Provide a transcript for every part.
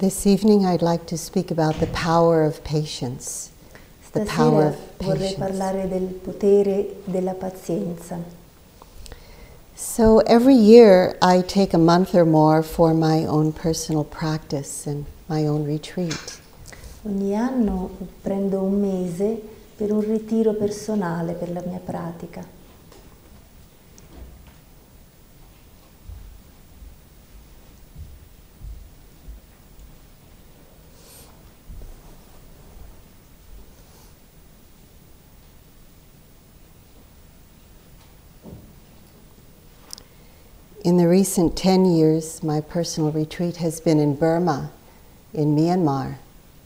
This evening I'd like to speak about the power of patience. The power Stasera of vorrei patience. parlare del potere della pazienza. So every year I take a month or more for my own personal practice and my own retreat. Ogni anno prendo un mese per un ritiro personale per la mia pratica. In the recent 10 years, my personal retreat has been in Burma, in Myanmar.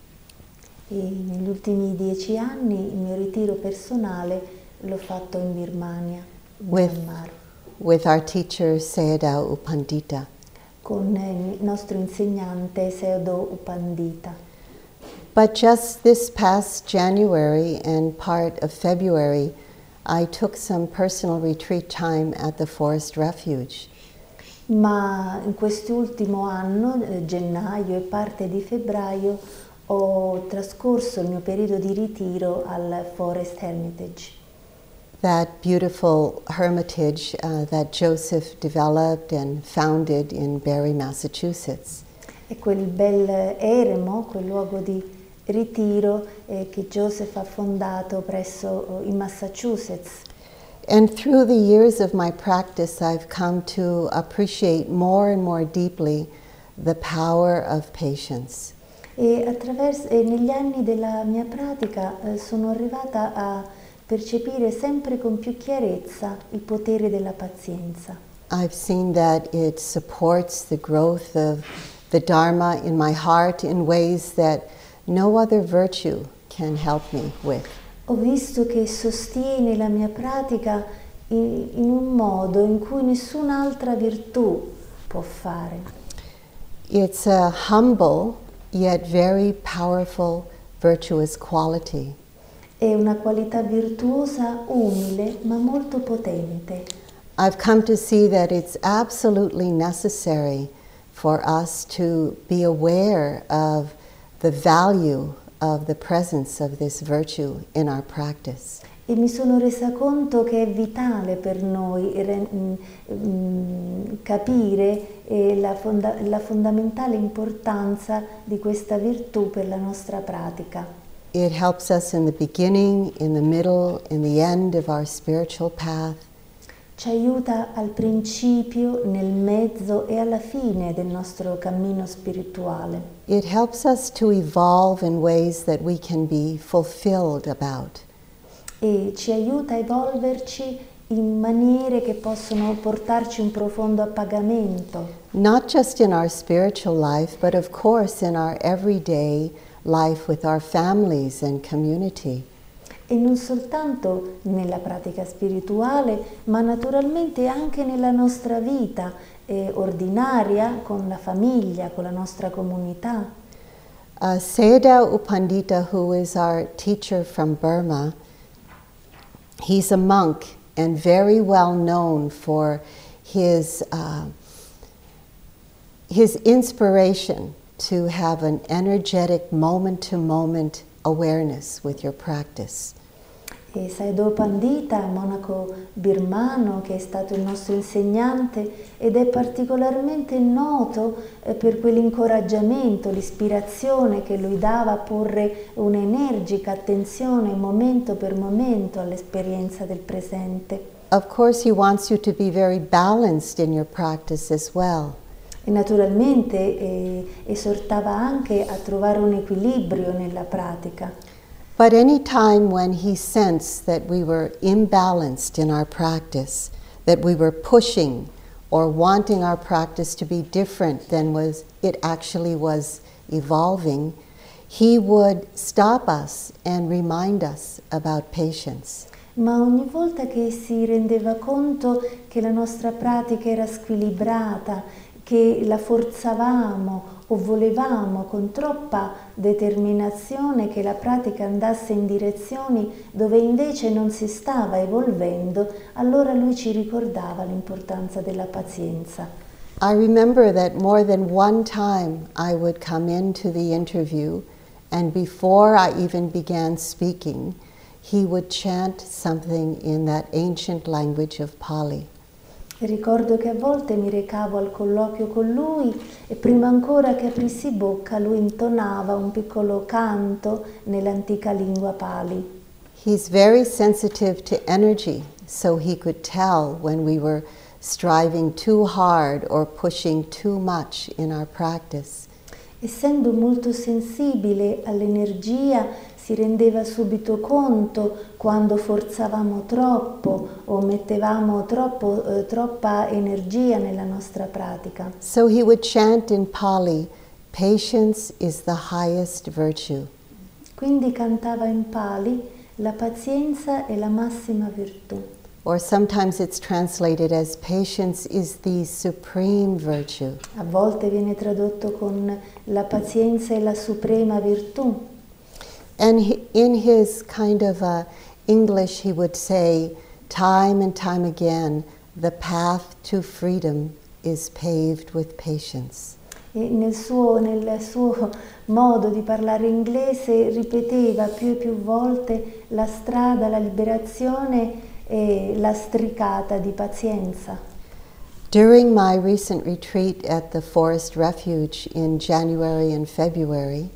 E negli ultimi 10 anni il mio ritiro personale l'ho fatto in Birmania, in Myanmar, With our teacher Sayadaw U Pandita. con il nostro insegnante Sayadaw U Pandita. But just this past January and part of February, I took some personal retreat time at the Forest Refuge. Ma in quest'ultimo anno, gennaio e parte di febbraio, ho trascorso il mio periodo di ritiro al Forest Hermitage. That beautiful hermitage that Joseph developed and founded in Barre, Massachusetts. E quel bel eremo, quel luogo di ritiro che Joseph ha fondato presso in Massachusetts. And through the years of my practice, I've come to appreciate more and more deeply the power of patience. E negli anni della mia pratica sono arrivata a percepire sempre con più chiarezza il potere della pazienza. I've seen that it supports the growth of the Dharma in my heart in ways that no other virtue can help me with. Ho visto che sostiene la mia pratica in un modo in cui nessun'altra virtù può fare. It's a humble yet very powerful virtuous quality. È una qualità virtuosa, umile, ma molto potente. I've come to see that it's absolutely necessary for us to be aware of the value of the presence of this virtue in our practice. E mi sono resa conto che è vitale per noi capire la fondamentale importanza di questa virtù per la nostra pratica. It helps us in the beginning, in the middle, in the end of our spiritual path. Ci aiuta al principio, nel mezzo e alla fine del nostro cammino spirituale. It helps us to evolve in ways that we can be fulfilled about. E ci aiuta a evolverci in maniere che possono portarci un profondo appagamento. Not just in our spiritual life, but of course in our everyday life with our families and community. E non soltanto nella pratica spirituale, ma naturalmente anche nella nostra vita ordinaria, con la famiglia, con la nostra comunità. Sayadaw U Pandita, who is our teacher from Burma, he's a monk and very well known for his inspiration to have an energetic moment-to-moment awareness with your practice. E Sayadaw Pandita, monaco birmano che è stato il nostro insegnante ed è particolarmente noto per quell'incoraggiamento, l'ispirazione che lui dava a porre un'energica attenzione momento per momento all'esperienza del presente. Of course, he wants you to be very balanced in your practice as well. E naturalmente esortava anche a trovare un equilibrio nella pratica. But any time when he sensed that we were imbalanced in our practice, that we were pushing or wanting our practice to be different than it actually was evolving, he would stop us and remind us about patience. Ma ogni volta che si rendeva conto che la nostra pratica era squilibrata, che la forzavamo o volevamo con troppa determinazione che la pratica andasse in direzioni dove invece non si stava evolvendo, allora lui ci ricordava l'importanza della pazienza. I remember that more than one time I would come into the interview, and before I even began speaking, he would chant something in that ancient language of Pali. Ricordo che a volte mi recavo al colloquio con lui e prima ancora che aprissi bocca lui intonava un piccolo canto nell'antica lingua Pali. He's very sensitive to energy, so he could tell when we were striving too hard or pushing too much in our practice. Essendo molto sensibile all'energia, si rendeva subito conto quando forzavamo troppo o mettevamo troppa energia nella nostra pratica. So he would chant in Pali, "Patience is the highest virtue." Quindi cantava in Pali, la pazienza è la massima virtù. Or sometimes it's translated as "Patience is the supreme virtue." A volte viene tradotto con la pazienza è la suprema virtù. And in his kind of English, he would say, time and time again, the path to freedom is paved with patience. E nel suo modo di parlare inglese ripeteva più e più volte la strada alla liberazione e lastricata di pazienza. During my recent retreat at the Forest Refuge in January and February,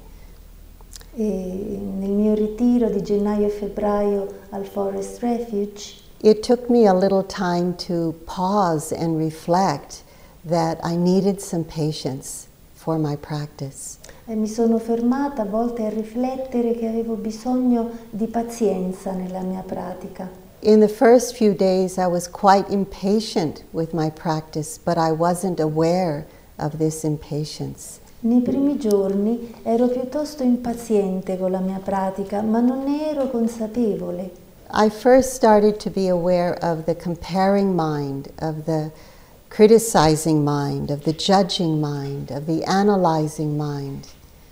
E nel mio ritiro di gennaio e febbraio al Forest Refuge, it took me a little time to pause and reflect that I needed some patience for my practice. mi sono fermata a volte a riflettere che avevo bisogno di pazienza nella mia pratica. In the first few days, I was quite impatient with my practice, but I wasn't aware of this impatience. Nei primi giorni ero piuttosto impaziente con la mia pratica, ma non ne ero consapevole. I first started to be aware of the comparing mind, of the criticizing mind, of the judging mind, of the analyzing mind.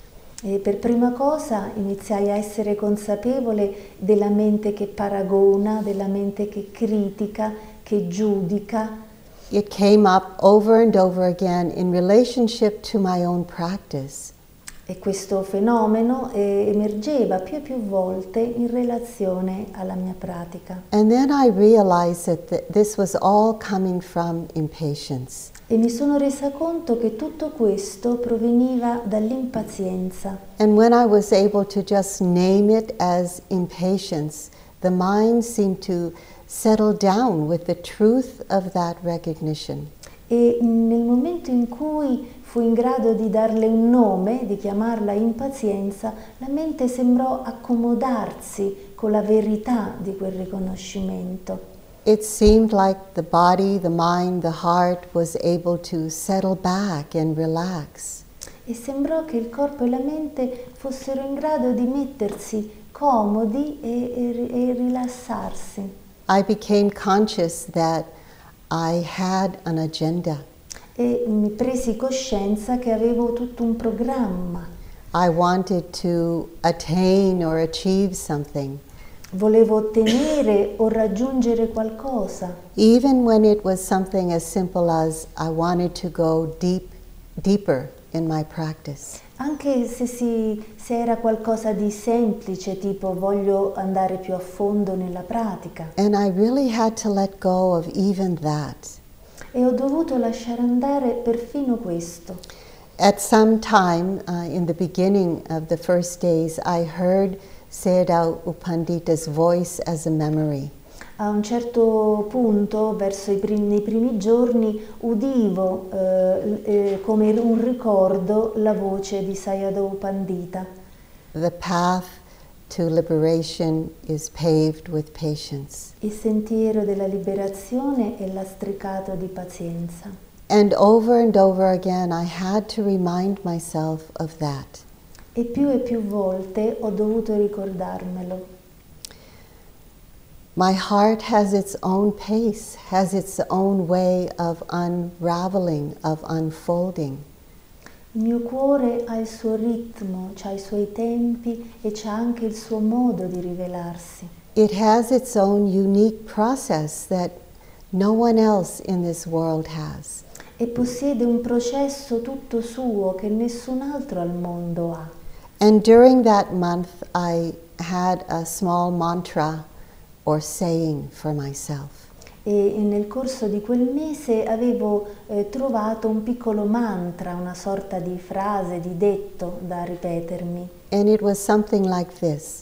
E per prima cosa iniziai a essere consapevole della mente che paragona, della mente che critica, che giudica. It came up over and over again in relationship to my own practice. E questo fenomeno emergeva più e più volte in relazione alla mia pratica. And then I realized that this was all coming from impatience. E mi sono resa conto che tutto questo proveniva dall'impazienza. And when I was able to just name it as impatience, the mind seemed to settle down with the truth of that recognition. E nel momento in cui fui in grado di darle un nome, di chiamarla impazienza, la mente sembrò accomodarsi con la verità di quel riconoscimento. It seemed like the body, the mind, the heart was able to settle back and relax. E sembrò che il corpo e la mente fossero in grado di mettersi comodi e rilassarsi. I became conscious that I had an agenda. E mi presi coscienza che avevo tutto un programma. I wanted to attain or achieve something. Volevo ottenere o raggiungere qualcosa. Even when it was something as simple as I wanted to go deeper in my practice. Anche se era qualcosa di semplice, tipo voglio andare più a fondo nella pratica. And I really had to let go of even that. E ho dovuto lasciare andare perfino questo. At some time in the beginning of the first days, I heard Sayadaw U Pandita's voice as a memory. A un certo punto, nei primi giorni, udivo come un ricordo la voce di Sayadaw U Pandita. The path to liberation is paved with patience. Il sentiero della liberazione è lastricato di pazienza. And over again, I had to remind myself of that. E più volte ho dovuto ricordarmelo. My heart has its own pace, has its own way of unraveling, of unfolding. Il mio cuore ha il suo ritmo, ha i suoi tempi e c'ha anche il suo modo di rivelarsi. It has its own unique process that no one else in this world has. e possiede un processo tutto suo che nessun altro al mondo ha. And during that month, I had a small mantra or saying for myself. E nel corso di quel mese avevo trovato un piccolo mantra, una sorta di frase, di detto da ripetermi. And it was something like this: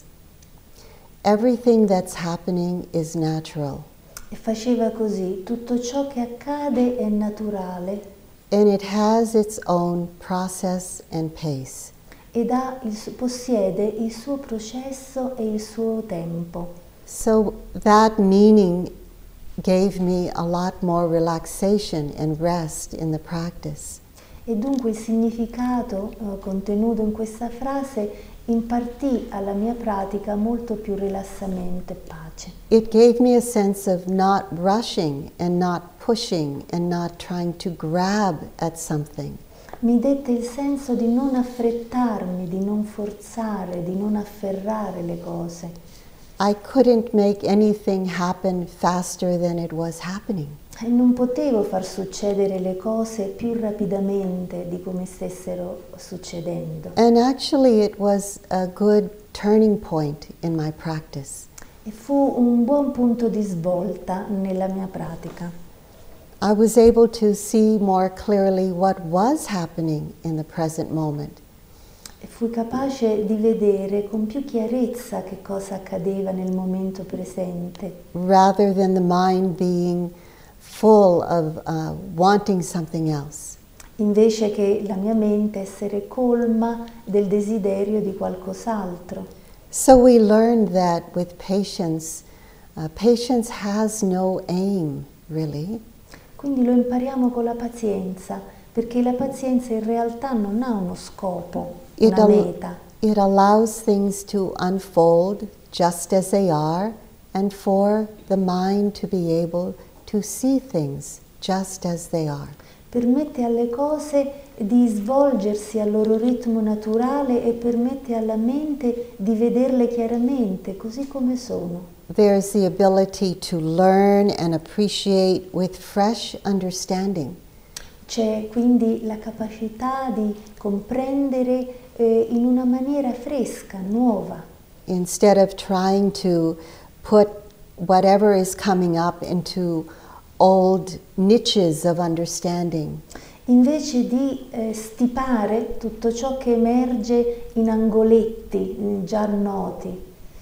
everything that's happening is natural. E faceva così: tutto ciò che accade è naturale And it has its own process and pace. ed possiede il suo processo e il suo tempo. So that meaning gave me a lot more relaxation and rest in the practice. E dunque il significato contenuto in questa frase impartì alla mia pratica molto più rilassamento e pace. It gave me a sense of not rushing and not pushing and not trying to grab at something. Mi dette il senso di non affrettarmi, di non forzare, di non afferrare le cose. I couldn't make anything happen faster than it was happening. E non potevo far succedere le cose più rapidamente di come stessero succedendo. And actually it was a good turning point in my practice. E fu un buon punto di svolta nella mia pratica. I was able to see more clearly what was happening in the present moment. E fui capace di vedere con più chiarezza che cosa accadeva nel momento presente, rather than the mind being full of wanting something else. invece che la mia mente essere colma del desiderio di qualcos'altro. So we learned that with patience, patience has no aim, really. Quindi lo impariamo con la pazienza, perché la pazienza in realtà non ha uno scopo, una meta. It allows things to unfold just as they are, and for the mind to be able to see things just as they are. Permette alle cose di svolgersi al loro ritmo naturale e permette alla mente di vederle chiaramente, così come sono. There's the ability to learn and appreciate with fresh understanding. C'è quindi la capacità di comprendere in una maniera fresca, nuova. Instead of trying to put whatever is coming up into old niches of understanding. Invece di stipare tutto ciò che emerge in angoletti già noti.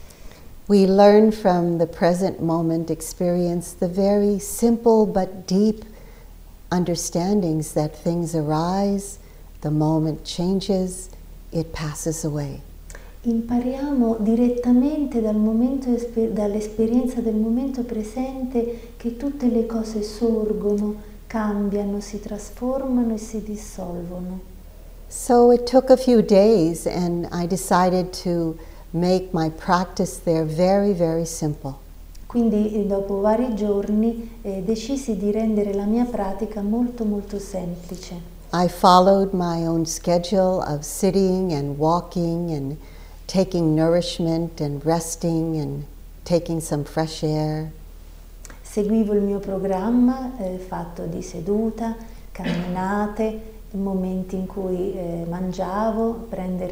We learn from the present moment experience the very simple but deep understandings that things arise, the moment changes, it passes away. Impariamo direttamente dall'esperienza del momento presente che tutte le cose sorgono, cambiano, si trasformano e si dissolvono. So it took a few days and I decided to make my practice there very, very simple. Quindi dopo vari giorni decisi di rendere la mia pratica molto molto semplice. I followed my own schedule of sitting and walking and taking nourishment and resting and taking some fresh air. Seguivo il mio programma fatto di seduta, camminate, momenti in cui mangiavo,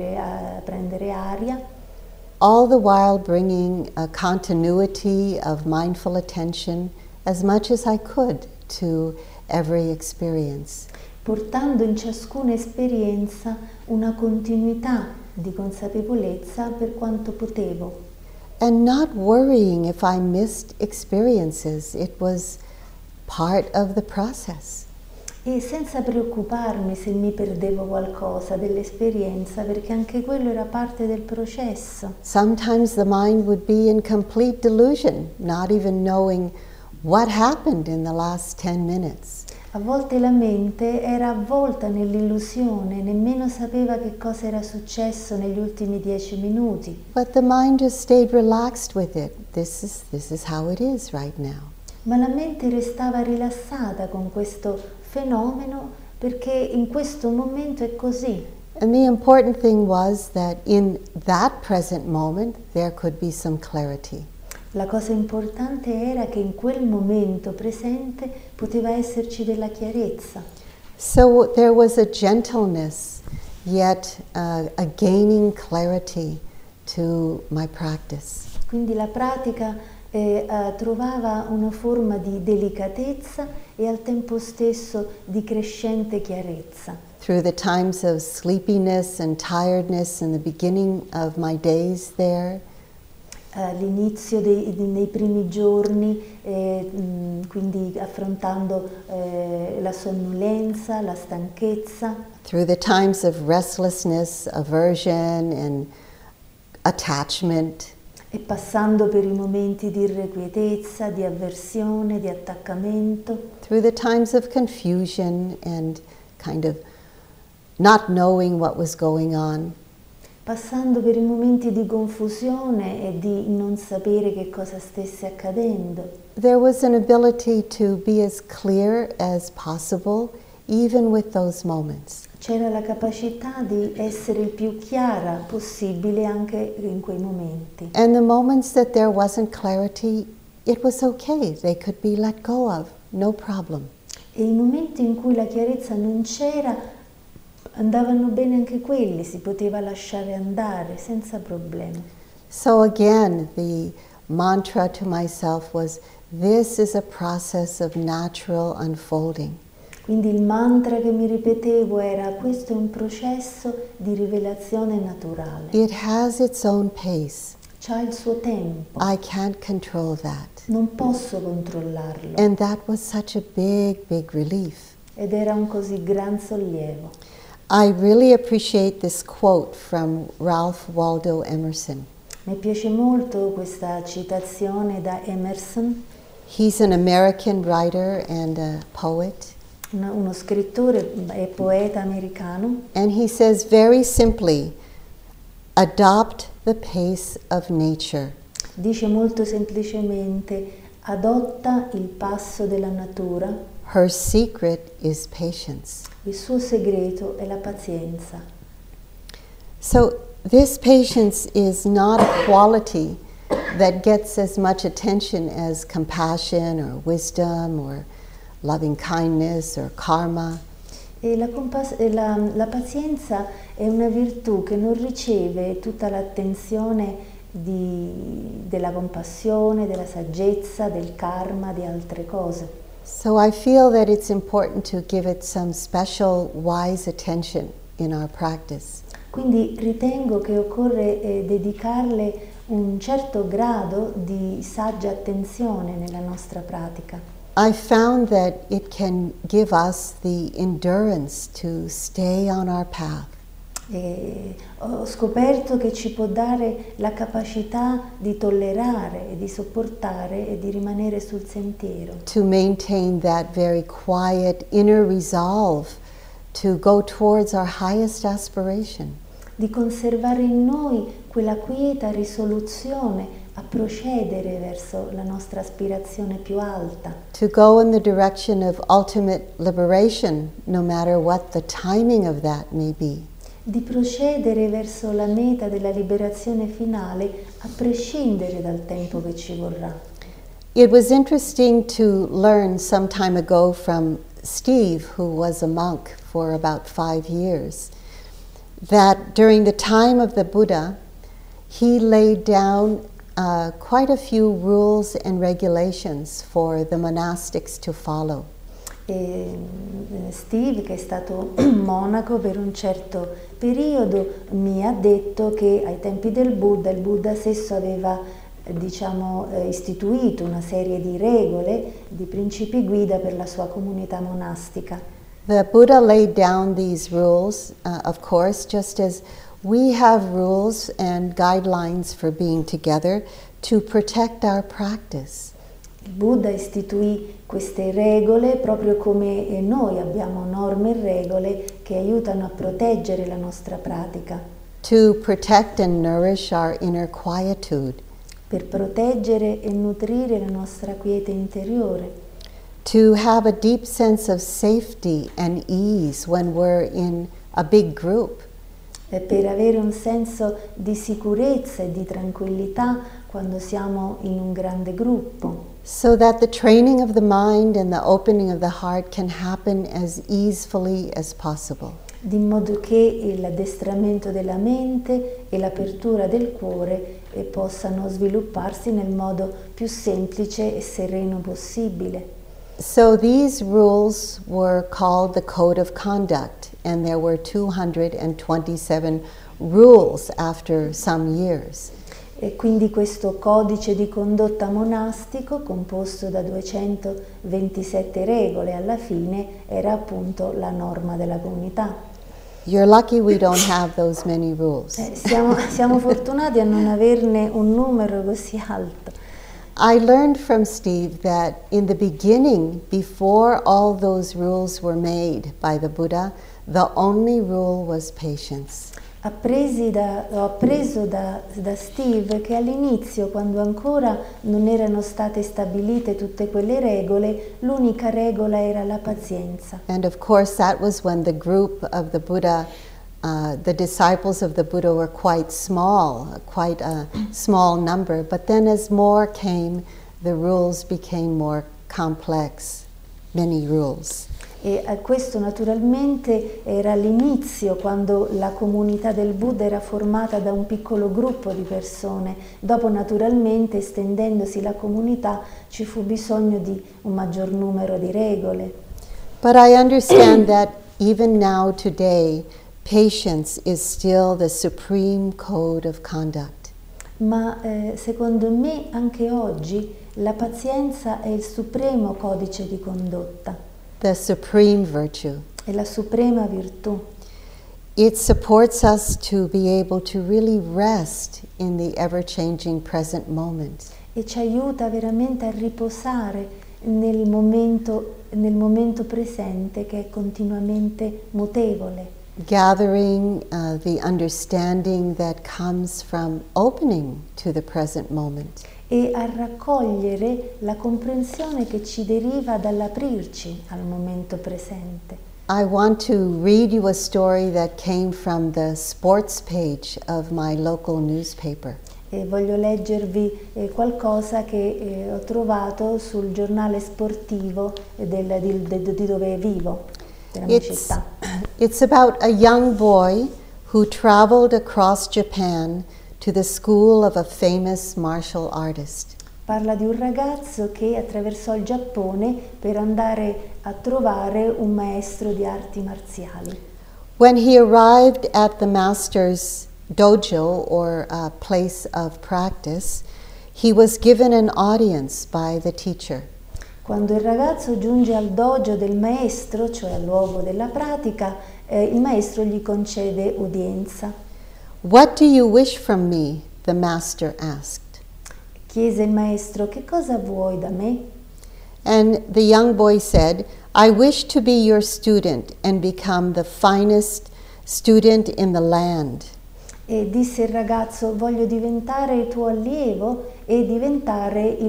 prendere aria. All the while bringing a continuity of mindful attention as much as I could to every experience. Portando in ciascuna esperienza una continuità di consapevolezza per quanto potevo. And not worrying if I missed experiences, it was part of the process. E senza preoccuparmi se mi perdevo qualcosa dell'esperienza, perché anche quello era parte del processo. Sometimes the mind would be in complete delusion, not even knowing what happened in the last 10 minutes. A volte la mente era avvolta nell'illusione, nemmeno sapeva che cosa era successo negli ultimi 10 minuti. But the mind just stayed relaxed with it. This is how it is right now. Ma la mente restava rilassata con questo fenomeno perché in questo momento è così. And the important thing was that in that present moment there could be some clarity. La cosa importante era che in quel momento presente poteva esserci della chiarezza. So there was a gentleness, yet a gaining clarity to my practice. Quindi la pratica trovava una forma di delicatezza e al tempo stesso di crescente chiarezza. Through the times of sleepiness and tiredness in the beginning of my days there, All'inizio nei primi giorni, quindi affrontando la sonnolenza, la stanchezza, through the times of restlessness, aversion, and attachment, e passando per i momenti di irrequietezza, di avversione, di attaccamento, through the times of confusion and kind of not knowing what was going on. passando per i momenti di confusione e di non sapere che cosa stesse accadendo. There was an ability to be as clear as possible, even with those moments. C'era la capacità di essere il più chiara possibile anche in quei momenti. And the moments that there wasn't clarity, it was okay. They could be let go of, no problem. E i momenti in cui la chiarezza non c'era andavano bene anche quelli, si poteva lasciare andare senza problemi. So again, the mantra to myself was, this is a process of natural unfolding. Quindi il mantra che mi ripetevo era: questo è un processo di rivelazione naturale. It has its own pace. C'ha il suo tempo. I can't control that. Non posso controllarlo. And that was such a big, big relief. Ed era un così gran sollievo. I really appreciate this quote from Ralph Waldo Emerson. Mi piace molto questa citazione da Emerson, He's an American writer and a poet. uno scrittore e poeta americano, And he says very simply, adopt the pace of nature. dice molto semplicemente: adotta il passo della natura, Her secret is patience. il suo segreto è la pazienza. So this patience is not a quality that gets as much attention as compassion or wisdom or loving kindness or karma. E la pazienza è una virtù che non riceve tutta l'attenzione della compassione, della saggezza, del karma, di altre cose. So I feel that it's important to give it some special wise attention in our practice. Quindi ritengo che occorre dedicarle un certo grado di saggia attenzione nella nostra pratica. I found that it can give us the endurance to stay on our path. E ho scoperto che ci può dare la capacità di tollerare e di sopportare e di rimanere sul sentiero, To maintain that very quiet inner resolve to go towards our highest aspiration. di conservare in noi quella quieta risoluzione a procedere verso la nostra aspirazione più alta, To go in the direction of ultimate liberation, no matter what the timing of that may be. di procedere verso la meta della liberazione finale a prescindere dal tempo che ci vorrà. It was interesting to learn some time ago from Steve, who was a monk for about 5 years, that during the time of the Buddha, he laid down quite a few rules and regulations for the monastics to follow. E Steve, che è stato monaco per un certo periodo, mi ha detto che ai tempi del Buddha, il Buddha stesso aveva istituito una serie di regole, di principi guida per la sua comunità monastica. The Buddha laid down these rules, of course, just as we have rules and guidelines for being together to protect our practice. Il Buddha istituì queste regole proprio come noi abbiamo norme e regole che aiutano a proteggere la nostra pratica, To protect and nourish our inner quietude, per proteggere e nutrire la nostra quiete interiore, to have a deep sense of safety and ease when we're in a big group, e per avere un senso di sicurezza e di tranquillità quando siamo in un grande gruppo, so that the training of the mind and the opening of the heart can happen as easily as possible. Di modo che l'addestramento della mente e l'apertura del cuore possano svilupparsi nel modo più semplice e sereno possibile. So these rules were called the Code of Conduct, and there were 227 rules after some years. E quindi questo codice di condotta monastico, composto da 227 regole, alla fine era appunto la norma della comunità. You're lucky we don't have those many rules. Siamo fortunati a non averne un numero così alto. I learned from Steve that in the beginning, before all those rules were made by the Buddha, the only rule was patience. Ho appreso da Steve che all'inizio, quando ancora non erano state stabilite tutte quelle regole, l'unica regola era la pazienza. And of course that was when the group of the Buddha, the disciples of the Buddha were quite a small number, but then as more came, the rules became more complex, many rules. E questo naturalmente era l'inizio, quando la comunità del Buddha era formata da un piccolo gruppo di persone. Dopo, naturalmente, estendendosi la comunità, ci fu bisogno di un maggior numero di regole. But I understand that even now today, patience is still the supreme code of conduct. Ma secondo me anche oggi la pazienza è il supremo codice di condotta. The supreme virtue. È la suprema virtù. It supports us to be able to really rest in the ever-changing present moment. E ci aiuta veramente a riposare nel momento presente, che è continuamente mutevole. Gathering the understanding that comes from opening to the present moment. E a raccogliere la comprensione che ci deriva dall'aprirci al momento presente. I want to read you a story that came from the sports page of my local newspaper. E voglio leggervi qualcosa che ho trovato sul giornale sportivo di dove vivo, della mia città. It's about a young boy who traveled across Japan to the school of a famous martial artist. Parla di un ragazzo che attraversò il Giappone per andare a trovare un maestro di arti marziali. When he arrived at the master's dojo, or a place of practice, he was given an audience by the teacher. Quando il ragazzo giunge al dojo del maestro, cioè al luogo della pratica, il maestro gli concede udienza. What do you wish from me? The master asked. Chiese il maestro: che cosa vuoi da me? And the young boy said, I wish to be your student and become the finest student in the land. E disse il ragazzo: voglio diventare il tuo allievo e diventare il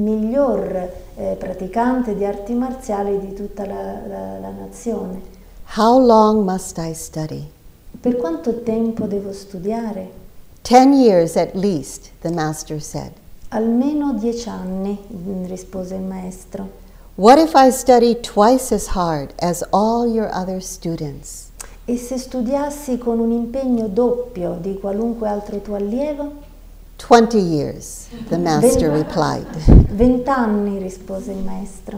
miglior praticante di arti marziali di tutta la nazione. How long must I study? Per quanto tempo devo studiare? 10 years at least, the master said. Almeno 10 anni, rispose il maestro. What if I study twice as hard as all your other students? E se studiassi con un impegno doppio di qualunque altro tuo allievo? 20 years, the master replied. 20 anni, rispose il maestro.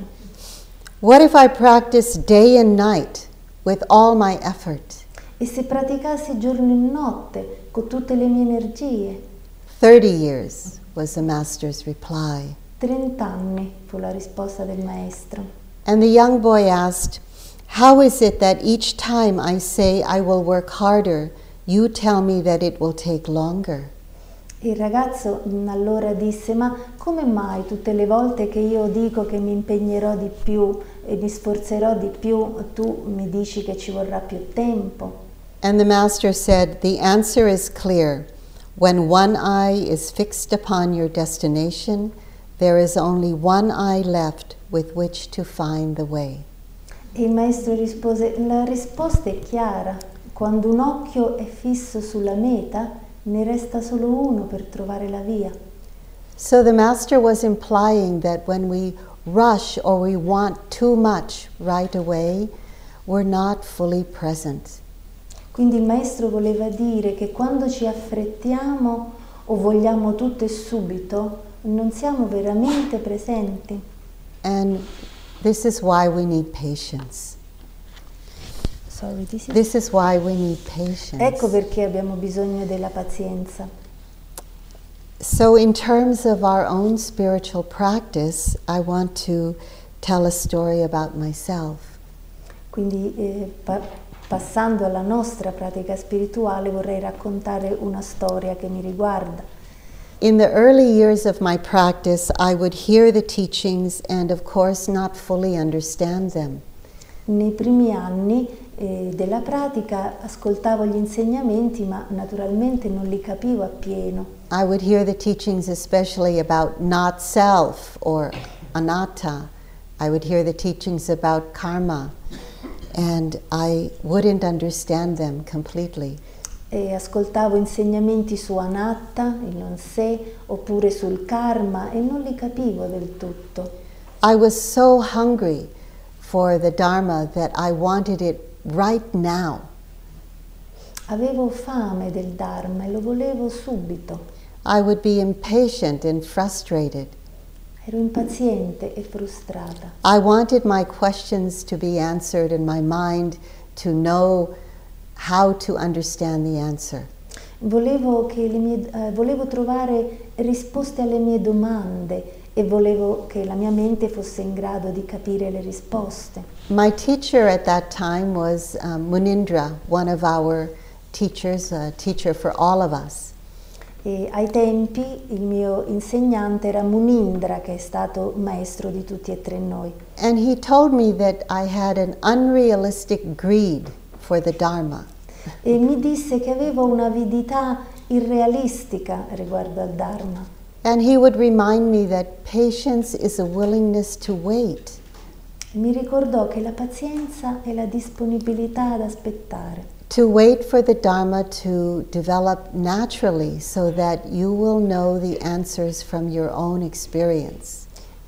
What if I practice day and night with all my effort? E se praticassi giorno e notte con tutte le mie energie? 30 years, was the master's reply. 30 anni, fu la risposta del maestro. And the young boy asked, how is it that each time I say I will work harder, you tell me that it will take longer? Il ragazzo allora disse: ma come mai tutte le volte che io dico che mi impegnerò di più e mi sforzerò di più, tu mi dici che ci vorrà più tempo? And the master said, the answer is clear. When one eye is fixed upon your destination, there is only one eye left with which to find the way. E il maestro rispose: la risposta è chiara. Quando un occhio è fisso sulla meta, ne resta solo uno per trovare la via. So the Master was implying that when we rush or we want too much right away, we're not fully present. Quindi il Maestro voleva dire che quando ci affrettiamo o vogliamo tutto e subito, non siamo veramente presenti. And this is why we need patience. Sorry, This is why we need patience. Ecco perché abbiamo bisogno della pazienza. So in terms of our own spiritual practice, I want to tell a story about myself. Quindi passando alla nostra pratica spirituale vorrei raccontare una storia che mi riguarda. In the early years of my practice, I would hear the teachings and of course not fully understand them. Nei primi anni della pratica ascoltavo gli insegnamenti, ma naturalmente non li capivo appieno. I would hear the teachings especially about not self or anatta. I would hear the teachings about karma, and I wouldn't understand them completely. E ascoltavo insegnamenti su anatta, il non sé, oppure sul karma, e non li capivo del tutto. I was so hungry for the Dharma that I wanted it right now. Avevo fame del Dharma e lo volevo subito. I would be impatient and frustrated. Ero impaziente e frustrata. I wanted my questions to be answered and my mind to know how to understand the answer. Volevo trovare risposte alle mie domande e volevo che la mia mente fosse in grado di capire le risposte. My teacher at that time was Munindra, one of our teachers, a teacher for all of us. E ai tempi il mio insegnante era Munindra, che è stato maestro di tutti e tre noi. And he told me that I had an unrealistic greed for the Dharma. E mi disse che avevo un'avidità irrealistica riguardo al Dharma. And he would remind me that patience is a willingness to wait. Mi ricordò che la pazienza è la disponibilità ad aspettare. To wait for the Dharma to develop naturally so that you will know the answers from your own experience.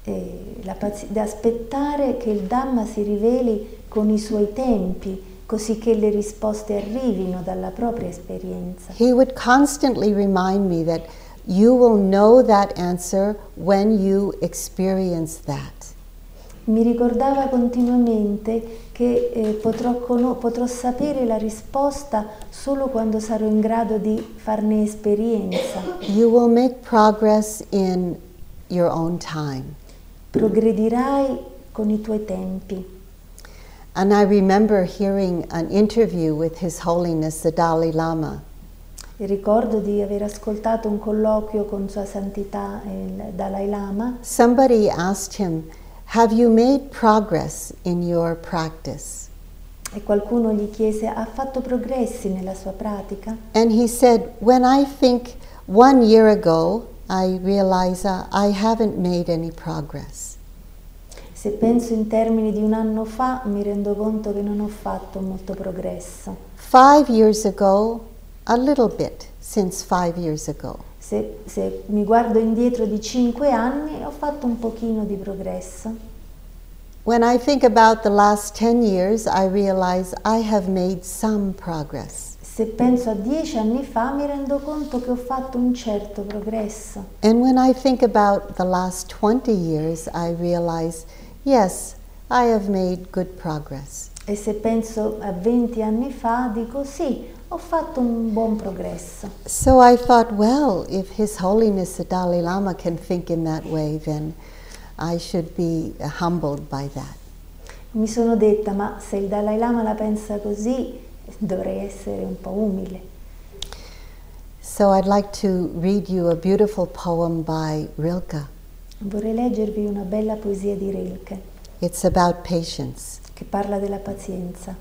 Da aspettare che il Dhamma si riveli con i suoi tempi, così che le risposte arrivino dalla propria esperienza. He would constantly remind me that you will know that answer when you experience that. Mi ricordava continuamente che potrò sapere la risposta solo quando sarò in grado di farne esperienza. You will make progress in your own time. Progredirai con i tuoi tempi. And I remember hearing an interview with His Holiness the Dalai Lama. E ricordo di aver ascoltato un colloquio con Sua Santità il Dalai Lama. Somebody asked him, "Have you made progress in your practice?" E qualcuno gli chiese: ha fatto progressi nella sua pratica? And he said, "When I think 1 year ago, I realize I haven't made any progress. Se penso in termini di un anno fa, mi rendo conto che non ho fatto molto progresso. 5 years ago, a little bit since 5 years ago. Se mi guardo indietro di 5 anni, ho fatto un pochino di progresso. When I think about the last 10 years, I realize I have made some progress. Se penso a 10 anni fa, mi rendo conto che ho fatto un certo progresso. And when I think about the last 20 years, I realize, yes, I have made good progress. E se penso a 20 anni fa, dico sì, ho fatto un buon progresso. So I thought, well, if His Holiness the Dalai Lama can think in that way, then I should be humbled by that. Mi sono detta, ma se il Dalai Lama la pensa così, dovrei essere un po' umile. So I'd like to read you a beautiful poem by Rilke. Vorrei leggervi una bella poesia di Rilke. It's about patience. Che parla della pazienza.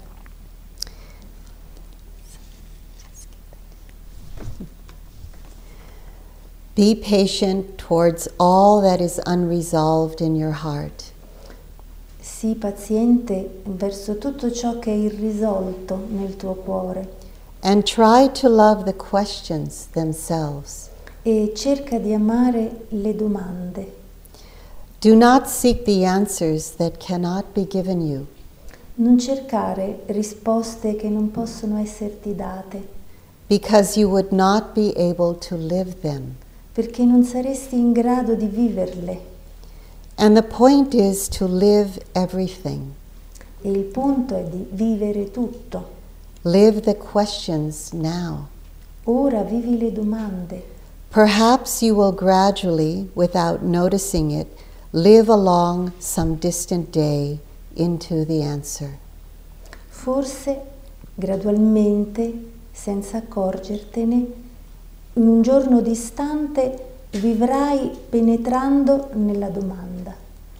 Be patient towards all that is unresolved in your heart. Sii paziente verso tutto ciò che è irrisolto nel tuo cuore. And try to love the questions themselves. e cerca di amare le domande. Do not seek the answers that cannot be given you. Non cercare risposte che non possono esserti date, Because you would not be able to live them. perché non saresti in grado di viverle. And the point is to live everything. E il punto è di vivere tutto. Live the questions now. Ora vivi le domande. Perhaps you will gradually, without noticing it, live along some distant day into the answer. Forse, gradualmente, senza accorgertene, in un giorno distante vivrai penetrando nella domanda.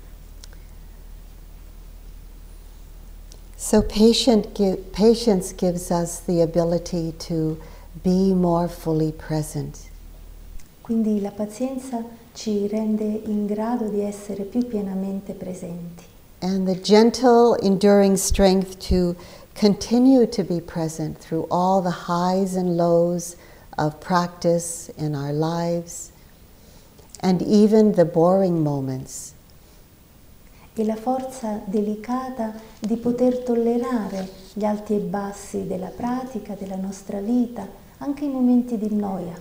So patience gives us the ability to be more fully present. Quindi la pazienza ci rende in grado di essere più pienamente presenti. And the gentle, enduring strength to continue to be present through all the highs and lows of practice in our lives, and even the boring moments. E la forza delicata di poter tollerare gli alti e bassi della pratica, della nostra vita, anche i momenti di noia.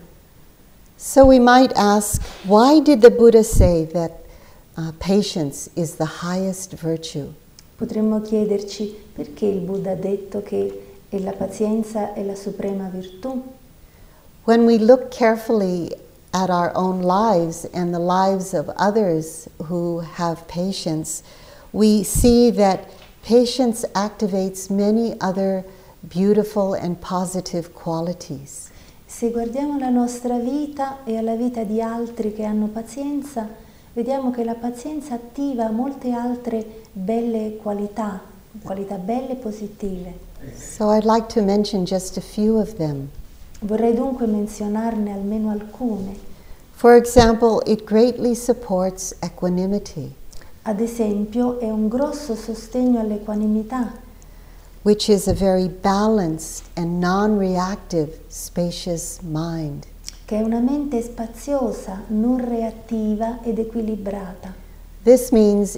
So we might ask, why did the Buddha say that patience is the highest virtue? Potremmo chiederci perché il Buddha ha detto che la pazienza è la suprema virtù. When we look carefully at our own lives and the lives of others who have patience, we see that patience activates many other beautiful and positive qualities. Se guardiamo la nostra vita e alla vita di altri che hanno pazienza, vediamo che la pazienza attiva molte altre belle qualità belle e positive. So I'd like to mention just a few of them. Vorrei dunque menzionarne almeno alcune. For example, it greatly supports equanimity, Ad esempio, è un grosso sostegno all'equanimità, which is a very balanced and non-reactive, spacious mind. che è una mente spaziosa, non reattiva ed equilibrata. This means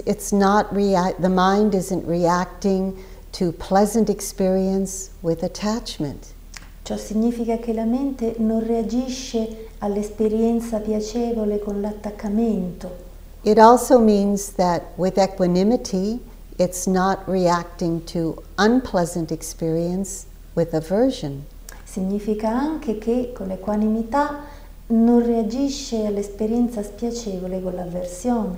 the mind isn't reacting to pleasant experience with attachment. Ciò significa che la mente non reagisce all'esperienza piacevole con l'attaccamento. It also means that with equanimity, it's not reacting to unpleasant experience with aversion. Significa anche che con l'equanimità non reagisce all'esperienza spiacevole con l'avversione.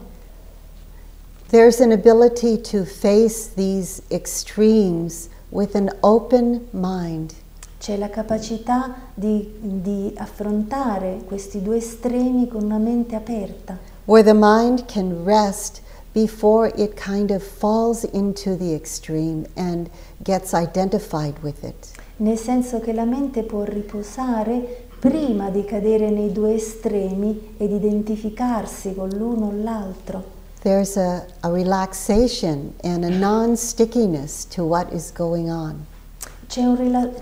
There's an ability to face these extremes with an open mind. C'è la capacità di affrontare questi due estremi con una mente aperta, Where the mind can rest before it kind of falls into the extreme and gets identified with it. nel senso che la mente può riposare prima di cadere nei due estremi ed identificarsi con l'uno o l'altro. There's a relaxation and a non-stickiness to what is going on. C'è un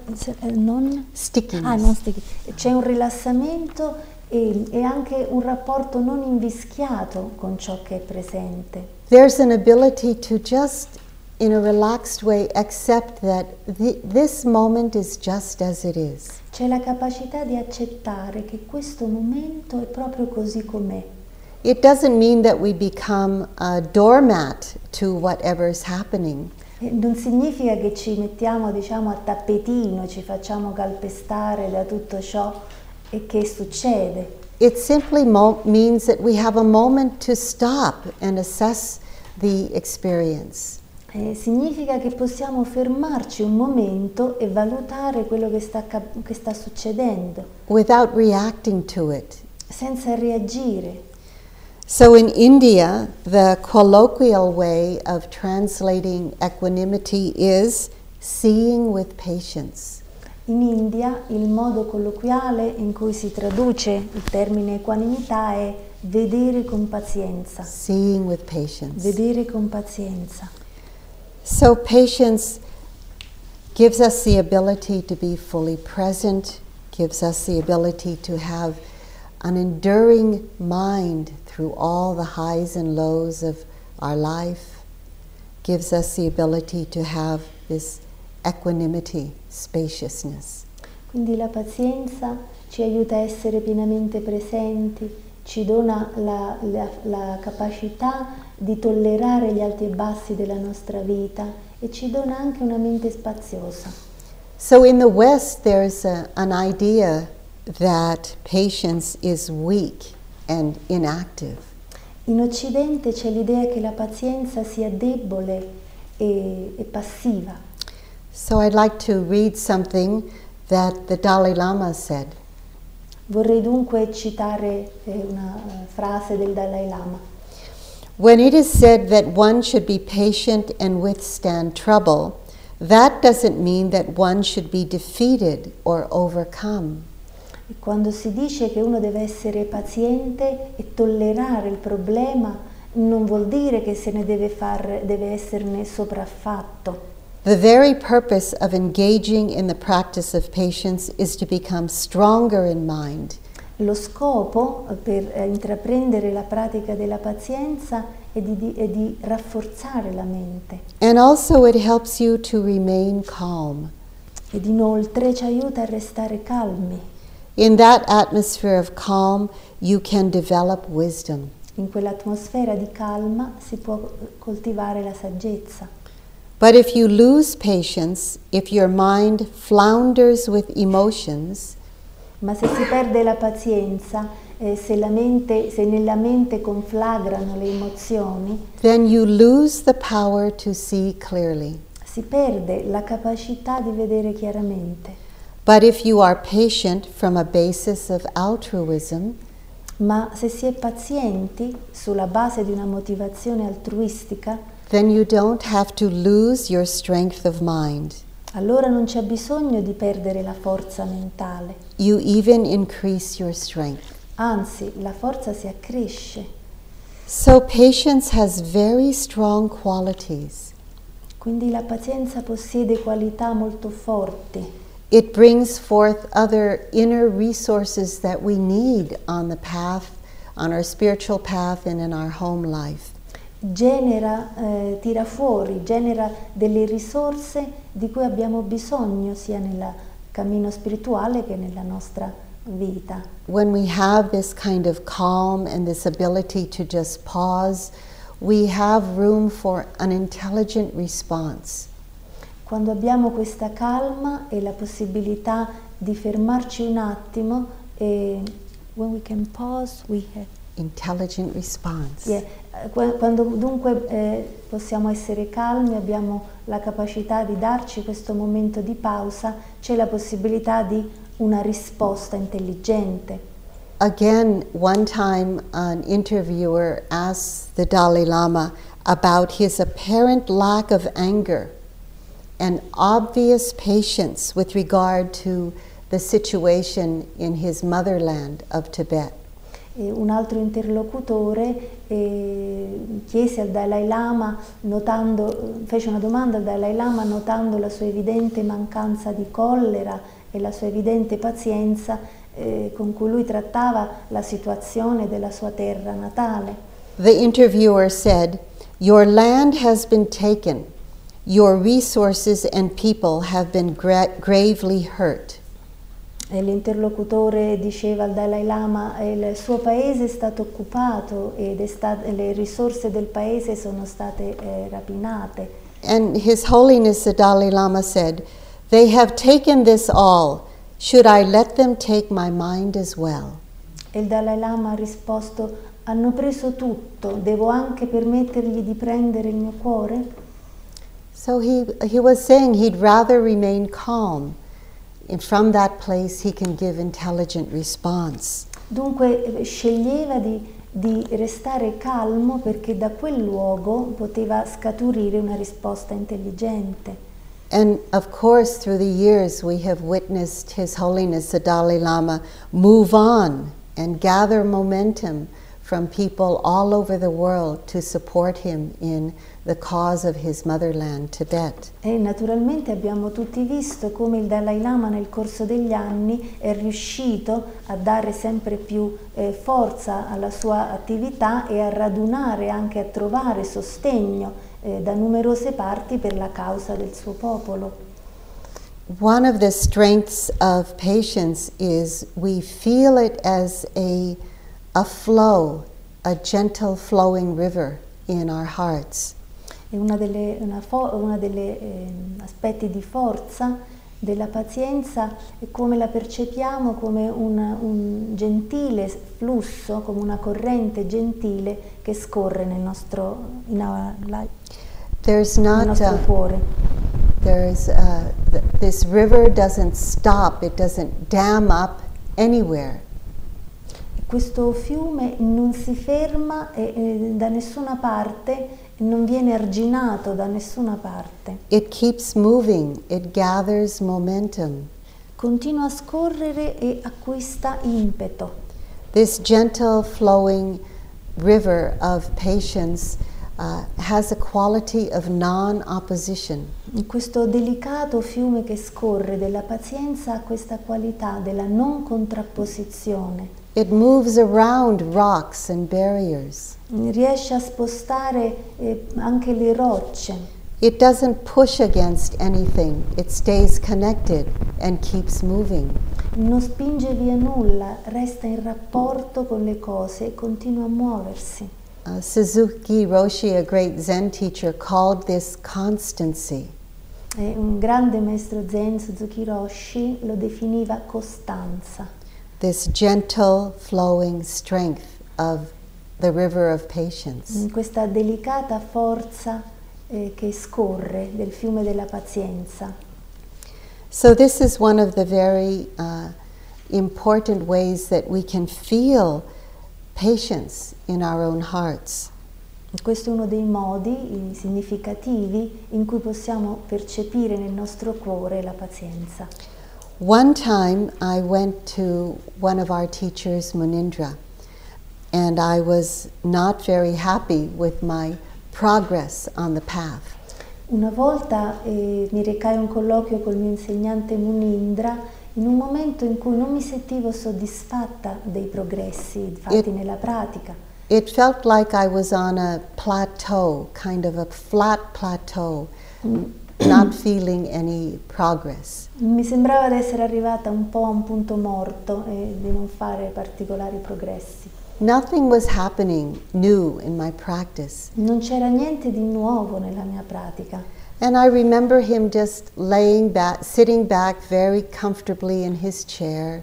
Stickiness. C'è un rilassamento e anche un rapporto non invischiato con ciò che è presente. There's an ability to just, in a relaxed way, accept that this moment is just as it is. C'è la capacità di accettare che questo momento è proprio così com'è. It doesn't mean that we become a doormat to whatever's happening. Non significa che ci mettiamo, diciamo, a tappetino, ci facciamo calpestare da tutto ciò che succede. It simply means that we have a moment to stop and assess the experience. Significa che possiamo fermarci un momento e valutare quello che sta succedendo, Without reacting to it. senza reagire. So in India, the colloquial way of translating equanimity is seeing with patience. In India il modo colloquiale in cui si traduce il termine equanimità è vedere con pazienza. Seeing with patience. Vedere con pazienza. So patience gives us the ability to be fully present, gives us the ability to have an enduring mind through all the highs and lows of our life, gives us the ability to have this equanimity, spaciousness. Quindi la pazienza ci aiuta a essere pienamente presenti, ci dona la capacità di tollerare gli alti e bassi della nostra vita e ci dona anche una mente spaziosa. So in the West there's an idea that patience is weak and inactive. In Occidente c'è l'idea che la pazienza sia debole e passiva. So I'd like to read something that the Dalai Lama said. Vorrei dunque citare una frase del Dalai Lama. When it is said that one should be patient and withstand trouble, that doesn't mean that one should be defeated or overcome. E quando si dice che uno deve essere paziente e tollerare il problema, non vuol dire che se ne deve esserne sopraffatto. The very purpose of engaging in the practice of patience is to become stronger in mind. Lo scopo per intraprendere la pratica della pazienza è di rafforzare la mente. And also it helps you to remain calm. Ed inoltre ci aiuta a restare calmi. In that atmosphere of calm, you can develop wisdom. In quell'atmosfera di calma si può coltivare la saggezza. But if you lose patience, if your mind flounders with emotions, Ma se si perde la pazienza, se nella mente conflagrano le emozioni, then you lose the power to see clearly. si perde la capacità di vedere chiaramente. But if you are patient from a basis of altruism, Ma se si è pazienti sulla base di una motivazione altruistica, then you don't have to lose your strength of mind. allora non c'è bisogno di perdere la forza mentale. You even increase your strength. Anzi, la forza si accresce. So patience has very strong qualities. Quindi la pazienza possiede qualità molto forti. It brings forth other inner resources that we need on the path, on our spiritual path and in our home life. Genera delle risorse di cui abbiamo bisogno sia nel cammino spirituale che nella nostra vita. When we have this kind of calm and this ability to just pause, we have room for an intelligent response. Quando abbiamo questa calma e la possibilità di fermarci un attimo, when we can pause, we have Intelligent response. Yeah. Quando dunque possiamo essere calmi, abbiamo la capacità di darci questo momento di pausa, c'è la possibilità di una risposta intelligente. Again, one time an interviewer asked the Dalai Lama about his apparent lack of anger and obvious patience with regard to the situation in his motherland of Tibet. Un altro interlocutore chiese al Dalai Lama, fece una domanda al Dalai Lama notando la sua evidente mancanza di collera e la sua evidente pazienza con cui lui trattava la situazione della sua terra natale. The interviewer said, "Your land has been taken. Your resources and people have been gravely hurt." E l'interlocutore diceva al Dalai Lama: il suo paese è stato occupato e le risorse del paese sono state rapinate. And His Holiness the Dalai Lama said, "They have taken this all. Should I let them take my mind as well?" E il Dalai Lama ha risposto: hanno preso tutto, devo anche permettergli di prendere il mio cuore? So he was saying he'd rather remain calm. And from that place he can give intelligent response. Dunque sceglieva di restare calmo perché da quel luogo poteva scaturire una risposta intelligente. And of course through the years we have witnessed His Holiness the Dalai Lama move on and gather momentum from people all over the world to support him in the cause of his motherland, Tibet. E naturalmente abbiamo tutti visto come il Dalai Lama nel corso degli anni è riuscito a dare sempre più forza alla sua attività e a radunare, anche a trovare sostegno da numerose parti per la causa del suo popolo. One of the strengths of patience is we feel it as a flow, a gentle flowing river in our hearts. E uno degli aspetti di forza della pazienza è come la percepiamo come un gentile flusso, come una corrente gentile che scorre nel nostro, nel nostro cuore. This river doesn't stop, it doesn't dam up anywhere. Questo fiume non si ferma da nessuna parte, non viene arginato da nessuna parte. It keeps moving, it gathers momentum. Continua a scorrere e acquista impeto. This gentle flowing river of patience has a quality of non-opposition. Questo delicato fiume che scorre della pazienza ha questa qualità della non contrapposizione. It moves around rocks and barriers. Riesce a spostare anche le rocce. It doesn't push against anything. It stays connected and keeps moving. Non spinge via nulla, resta in rapporto con le cose e continua a muoversi. Suzuki Roshi, a great Zen teacher, called this constancy. Un grande maestro Zen, Suzuki Roshi, lo definiva costanza. This gentle flowing strength of the river of patience. Questa delicata forza che scorre del fiume della pazienza. So this is one of the very important ways that we can feel patience in our own hearts. Questo è uno dei modi significativi in cui possiamo percepire nel nostro cuore la pazienza. One time I went to one of our teachers, Munindra, and I was not very happy with my progress on the path. Una volta mi recai a un colloquio col mio insegnante Munindra in un momento in cui non mi sentivo soddisfatta dei progressi fatti nella pratica. It felt like I was on a plateau, kind of a flat plateau, not feeling any progress. Mi sembrava di essere arrivata un po' a un punto morto e di non fare particolari progressi. Nothing was happening new in my practice. Non c'era niente di nuovo nella mia pratica. And I remember him just sitting back very comfortably in his chair.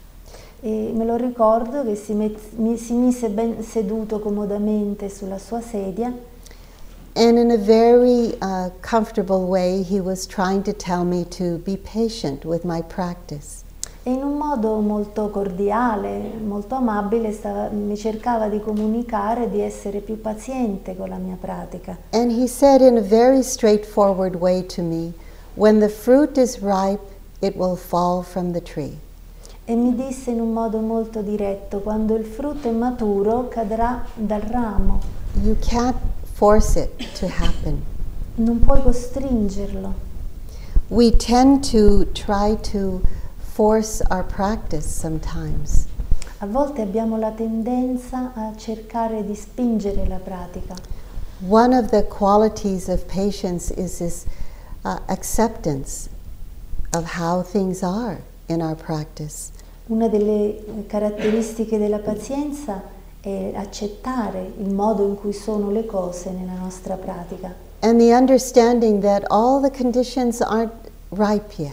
E me lo ricordo che si mise ben seduto comodamente sulla sua sedia. And in a very comfortable way, he was trying to tell me to be patient with my practice. E in un modo molto cordiale, molto amabile, mi cercava di comunicare di essere più paziente con la mia pratica. And he said in a very straightforward way to me, when the fruit is ripe, it will fall from the tree. E mi disse in un modo molto diretto, quando il frutto è maturo cadrà dal ramo. You can't force it to happen. Non puoi costringerlo. We tend to try to force our practice sometimes. A volte abbiamo la tendenza a cercare di spingere la pratica. One of the qualities of patience is this acceptance of how things are in our practice. Una delle caratteristiche della pazienza è accettare il modo in cui sono le cose nella nostra pratica. And the understanding that all the conditions aren't ripe yet.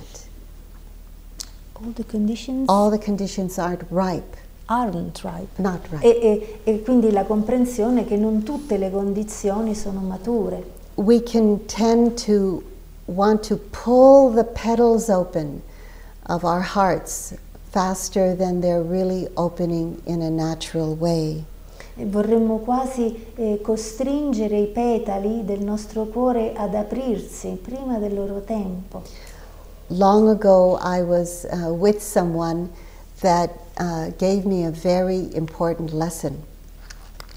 All the conditions aren't ripe. Aren't ripe. Not ripe. E quindi la comprensione che non tutte le condizioni sono mature. We can tend to want to pull the petals open of our hearts faster than they're really opening in a natural way. E vorremmo quasi costringere i petali del nostro cuore ad aprirsi prima del loro tempo. Long ago I was with someone that gave me a very important lesson.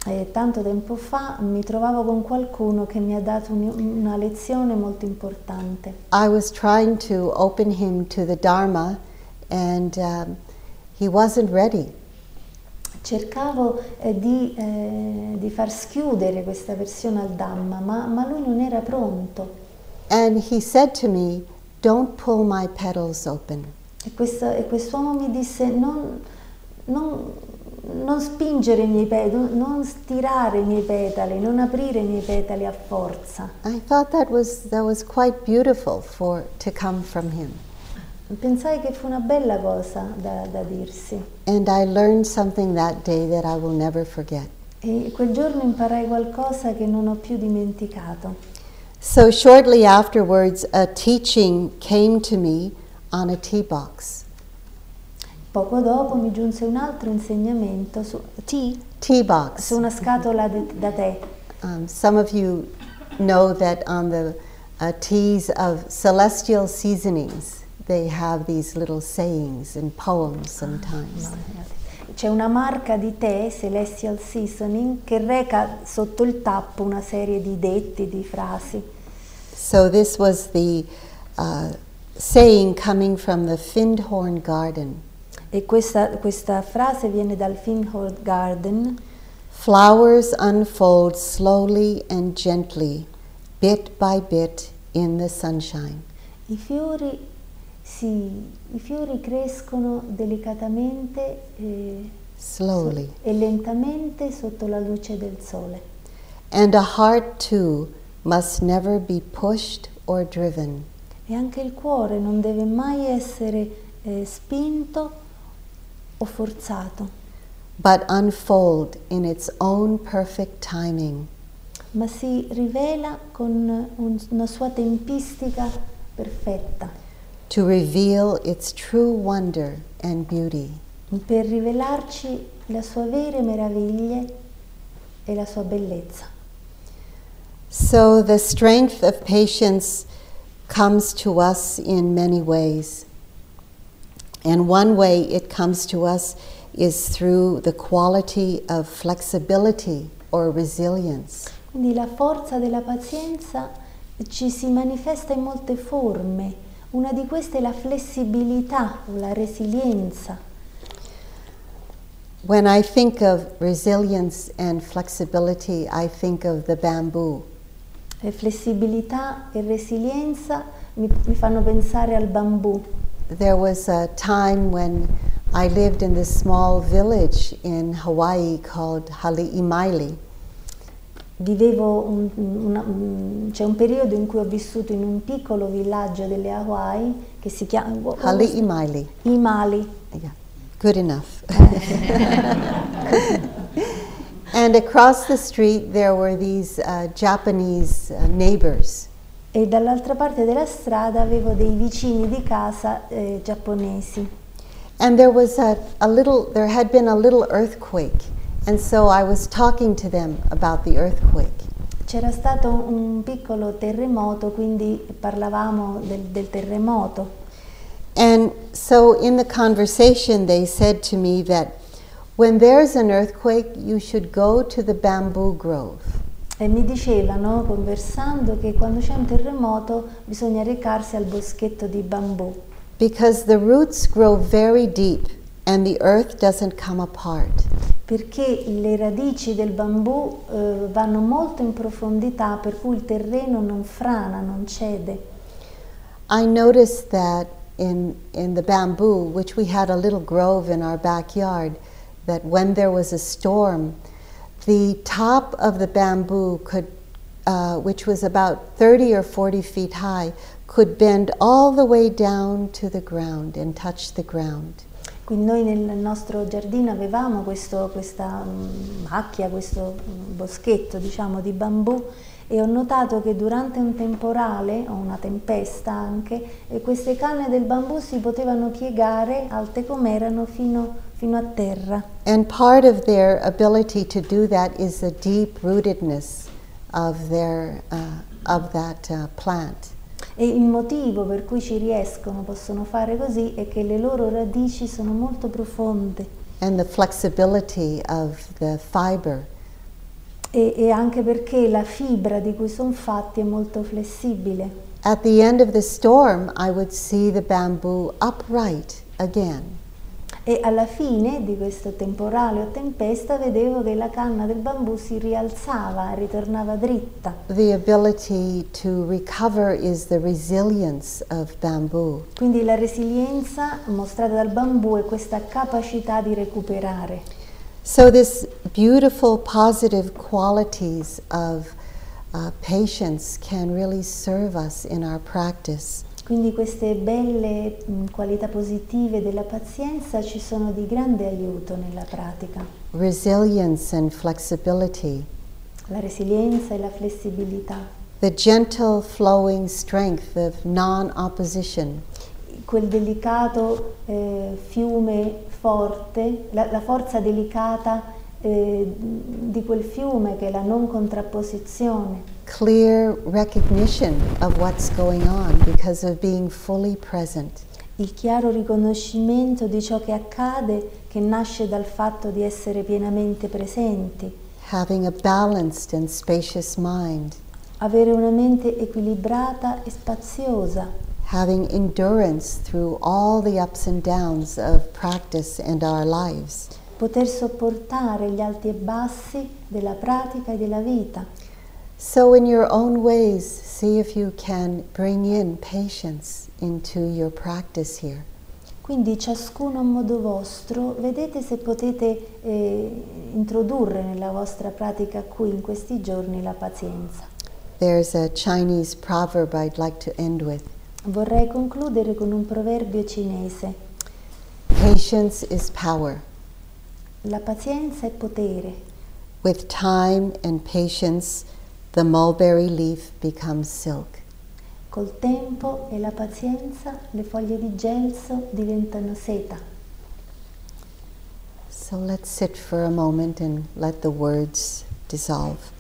tanto tempo fa mi trovavo con qualcuno che mi ha dato una lezione molto importante. I was trying to open him to the Dharma and he wasn't ready. Cercavo di far schiudere questa persona al Dhamma, ma lui non era pronto. And he said to me, "Don't pull my petals open." E quest'uomo mi disse, non spingere i miei petali, non stirare i miei petali, non aprire i miei petali a forza. I thought that was quite beautiful to come from him. Pensai che fu una bella cosa da dirsi. And I learned something that day that I will never forget. E quel giorno imparai qualcosa che non ho più dimenticato. So shortly afterwards, a teaching came to me on a tea box. Poco dopo mi giunse un altro insegnamento su Tea box. su una scatola da tè. Some of you know that on the teas of Celestial Seasonings, they have these little sayings and poems sometimes. C'è una marca di tè, Celestial Seasoning, che reca sotto il tappo una serie di detti, di frasi. So this was the saying coming from the Findhorn Garden. E questa frase viene dal Findhorn Garden. Flowers unfold slowly and gently, bit by bit in the sunshine. I fiori crescono delicatamente Slowly. e lentamente sotto la luce del sole. And a heart too must never be pushed or driven. E anche il cuore non deve mai essere spinto o forzato, but unfold in its own perfect timing. ma si rivela con una sua tempistica perfetta, To reveal its true wonder and beauty. per rivelarci la sua vere meraviglie e la sua bellezza. So the strength of patience comes to us in many ways. And one way it comes to us is through the quality of flexibility or resilience. Quindi la forza della pazienza ci si manifesta in molte forme. Una di queste è la flessibilità o la resilienza. When I think of resilience and flexibility, I think of the bamboo. Flessibilità e resilienza mi fanno pensare al bambù. There was a time when I lived in this small village in Hawaii called Hali'imaile. C'è un periodo in cui ho vissuto in un piccolo villaggio delle Hawaii che si chiama Hali'imaile. Imali. Yeah, good enough. And across the street there were these Japanese neighbors. E dall'altra parte della strada avevo dei vicini di casa giapponesi. And there had been a little earthquake, and so I was talking to them about the earthquake. C'era stato un piccolo terremoto, quindi parlavamo del terremoto. And so in the conversation they said to me that when there's an earthquake you should go to the bamboo grove. E mi dicevano, conversando, che quando c'è un terremoto bisogna recarsi al boschetto di bambù. Because the roots grow very deep and the earth doesn't come apart. Perché le radici del bambù vanno molto in profondità, per cui il terreno non frana, non cede. I noticed that in the bamboo, which we had a little grove in our backyard, that when there was a storm, the top of the bamboo which was about 30 or 40 feet high, could bend all the way down to the ground and touch the ground. Quindi noi nel nostro giardino avevamo questa macchia, questo boschetto, diciamo, di bambù, e ho notato che durante un temporale o una tempesta anche, queste canne del bambù si potevano piegare alte com'erano fino a terra. And part of their ability to do that is the deep rootedness of that plant. E il motivo per cui possono fare così, è che le loro radici sono molto profonde. And the flexibility of the fiber e anche perché la fibra di cui sono fatti è molto flessibile. At the end of the storm, I would see the bamboo upright again. E alla fine di questo temporale o tempesta vedevo che la canna del bambù si rialzava, ritornava dritta. The ability to recover is the resilience of bamboo. Quindi la resilienza mostrata dal bambù è questa capacità di recuperare. So this beautiful positive qualities of patience can really serve us in our practice. Quindi queste belle qualità positive della pazienza ci sono di grande aiuto nella pratica. Resilience and flexibility. La resilienza e la flessibilità. The gentle flowing strength of non-opposition. Quel delicato fiume forte, la forza delicata di quel fiume che è la non contrapposizione. Clear recognition of what's going on because of being fully present. Il chiaro riconoscimento di ciò che accade che nasce dal fatto di essere pienamente presenti. Having a balanced and spacious mind. Avere una mente equilibrata e spaziosa. Having endurance through all the ups and downs of practice and our lives. Poter sopportare gli alti e bassi della pratica e della vita. So in your own ways, see if you can bring in patience into your practice here. Quindi ciascuno a modo vostro, vedete se potete introdurre nella vostra pratica qui in questi giorni la pazienza. There's a Chinese proverb I'd like to end with. Vorrei concludere con un proverbio cinese. Patience is power. La pazienza è potere. With time and patience, the mulberry leaf becomes silk. Col tempo e la pazienza le foglie di gelso diventano seta. So let's sit for a moment and let the words dissolve.